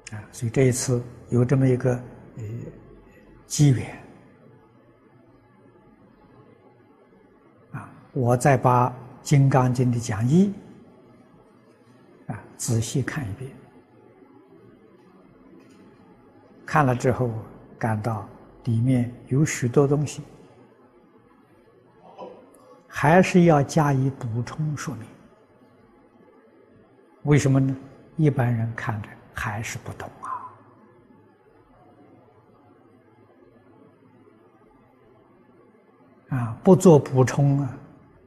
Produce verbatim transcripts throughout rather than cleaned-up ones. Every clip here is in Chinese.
啊，所以这一次有这么一个呃机缘啊，我再把《金刚经》的讲义啊仔细看一遍，看了之后感到里面有许多东西还是要加以补充说明。为什么呢？一般人看着还是不懂啊。啊，不做补充啊，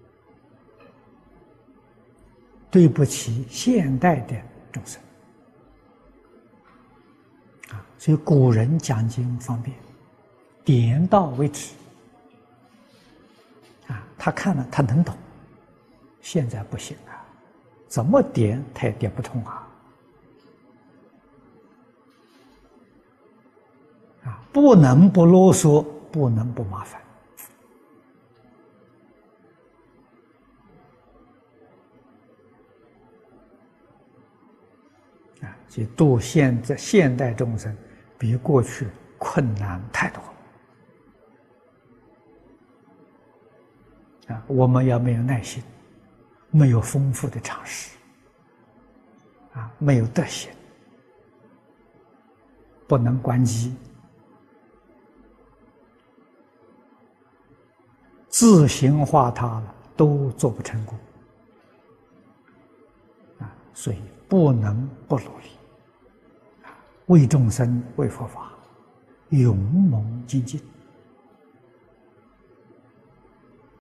对不起现代的众生。啊，所以古人讲经方便，点到为止。啊，他看了他能懂，现在不行啊，怎么点他也点不通啊。啊，不能不啰嗦，不能不麻烦。啊，所以度现在现代众生比过去困难太多。啊，我们要没有耐心，没有丰富的常识，啊，没有德行，不能关机，自行化他了，都做不成功。啊，所以不能不努力，啊，为众生为佛法，勇猛精进。